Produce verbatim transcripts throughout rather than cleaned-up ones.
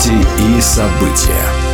Новости и события.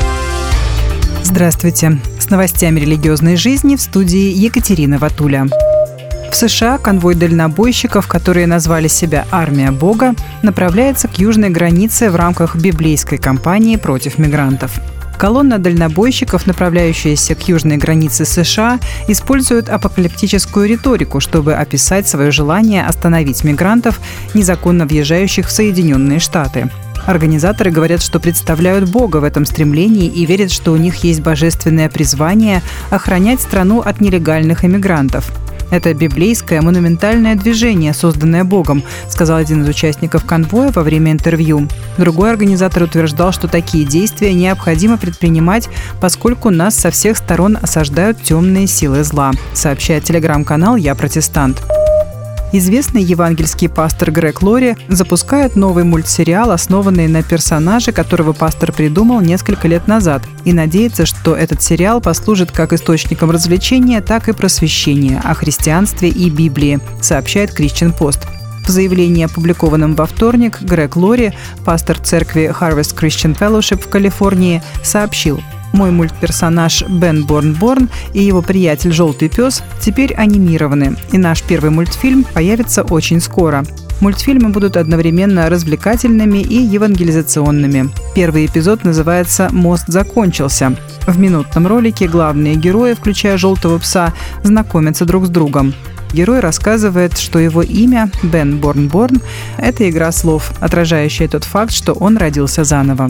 Здравствуйте. С новостями религиозной жизни в студии Екатерина Ватуля. В США конвой дальнобойщиков, которые назвали себя «Армия Бога», направляется к южной границе в рамках библейской кампании против мигрантов. Колонна дальнобойщиков, направляющаяся к южной границе США, использует апокалиптическую риторику, чтобы описать свое желание остановить мигрантов, незаконно въезжающих в Соединенные Штаты. Организаторы говорят, что представляют Бога в этом стремлении и верят, что у них есть божественное призвание охранять страну от нелегальных иммигрантов. «Это библейское монументальное движение, созданное Богом», сказал один из участников конвоя во время интервью. Другой организатор утверждал, что такие действия необходимо предпринимать, поскольку нас со всех сторон осаждают темные силы зла, сообщает телеграм-канал «Я протестант». Известный евангельский пастор Грег Лори запускает новый мультсериал, основанный на персонаже, которого пастор придумал несколько лет назад, и надеется, что этот сериал послужит как источником развлечения, так и просвещения о христианстве и Библии, сообщает Christian Post. В заявлении, опубликованном во вторник, Грег Лори, пастор церкви Harvest Christian Fellowship в Калифорнии, сообщил: «Мой мультперсонаж Бен Борн-Борн и его приятель Желтый пес теперь анимированы, и наш первый мультфильм появится очень скоро. Мультфильмы будут одновременно развлекательными и евангелизационными. Первый эпизод называется «Мост закончился». В минутном ролике главные герои, включая Желтого пса, знакомятся друг с другом. Герой рассказывает, что его имя Бен Борн-Борн – это игра слов, отражающая тот факт, что он родился заново».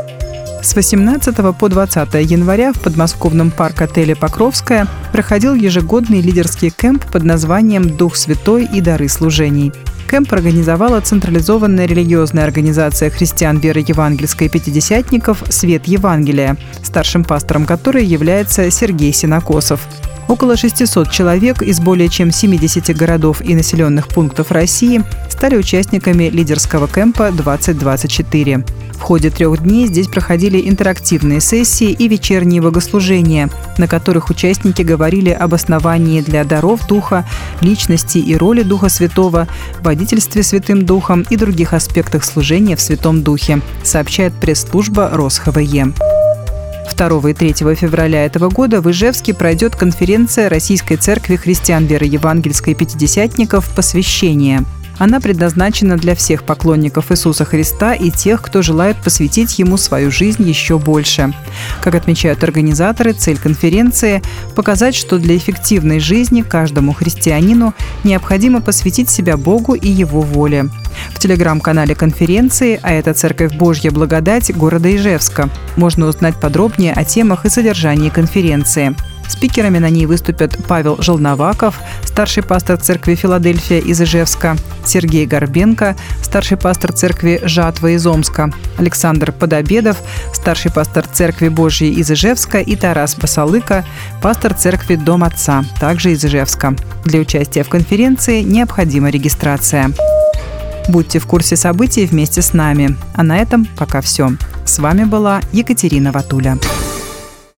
С восемнадцатого по двадцатое января в подмосковном парк-отеле «Покровская» проходил ежегодный лидерский кэмп под названием «Дух Святой и дары служений». Кэмп организовала централизованная религиозная организация христиан веры евангельской пятидесятников «Свет Евангелия», старшим пастором которой является Сергей Сенокосов. Около шестисот человек из более чем семидесяти городов и населенных пунктов России стали участниками лидерского кэмпа двадцать двадцать четыре. В ходе трех дней здесь проходили интерактивные сессии и вечерние богослужения, на которых участники говорили об основании для даров Духа, личности и роли Духа Святого, водительстве Святым Духом и других аспектах служения в Святом Духе, сообщает пресс-служба РосХВЕ. второго и третьего февраля этого года в Ижевске пройдет конференция Российской Церкви христиан веры евангельской пятидесятников «Посвящение». Она предназначена для всех поклонников Иисуса Христа и тех, кто желает посвятить Ему свою жизнь еще больше. Как отмечают организаторы, цель конференции – показать, что для эффективной жизни каждому христианину необходимо посвятить себя Богу и Его воле. В телеграм-канале конференции, а это Церковь Божья Благодать города Ижевска, можно узнать подробнее о темах и содержании конференции. Спикерами на ней выступят Павел Желноваков, старший пастор церкви Филадельфия из Ижевска, Сергей Горбенко, старший пастор церкви Жатва из Омска, Александр Подобедов, старший пастор церкви Божьей из Ижевска и Тарас Басалыка, пастор церкви Дом Отца, также из Ижевска. Для участия в конференции необходима регистрация. Будьте в курсе событий вместе с нами. А на этом пока все. С вами была Екатерина Ватуля.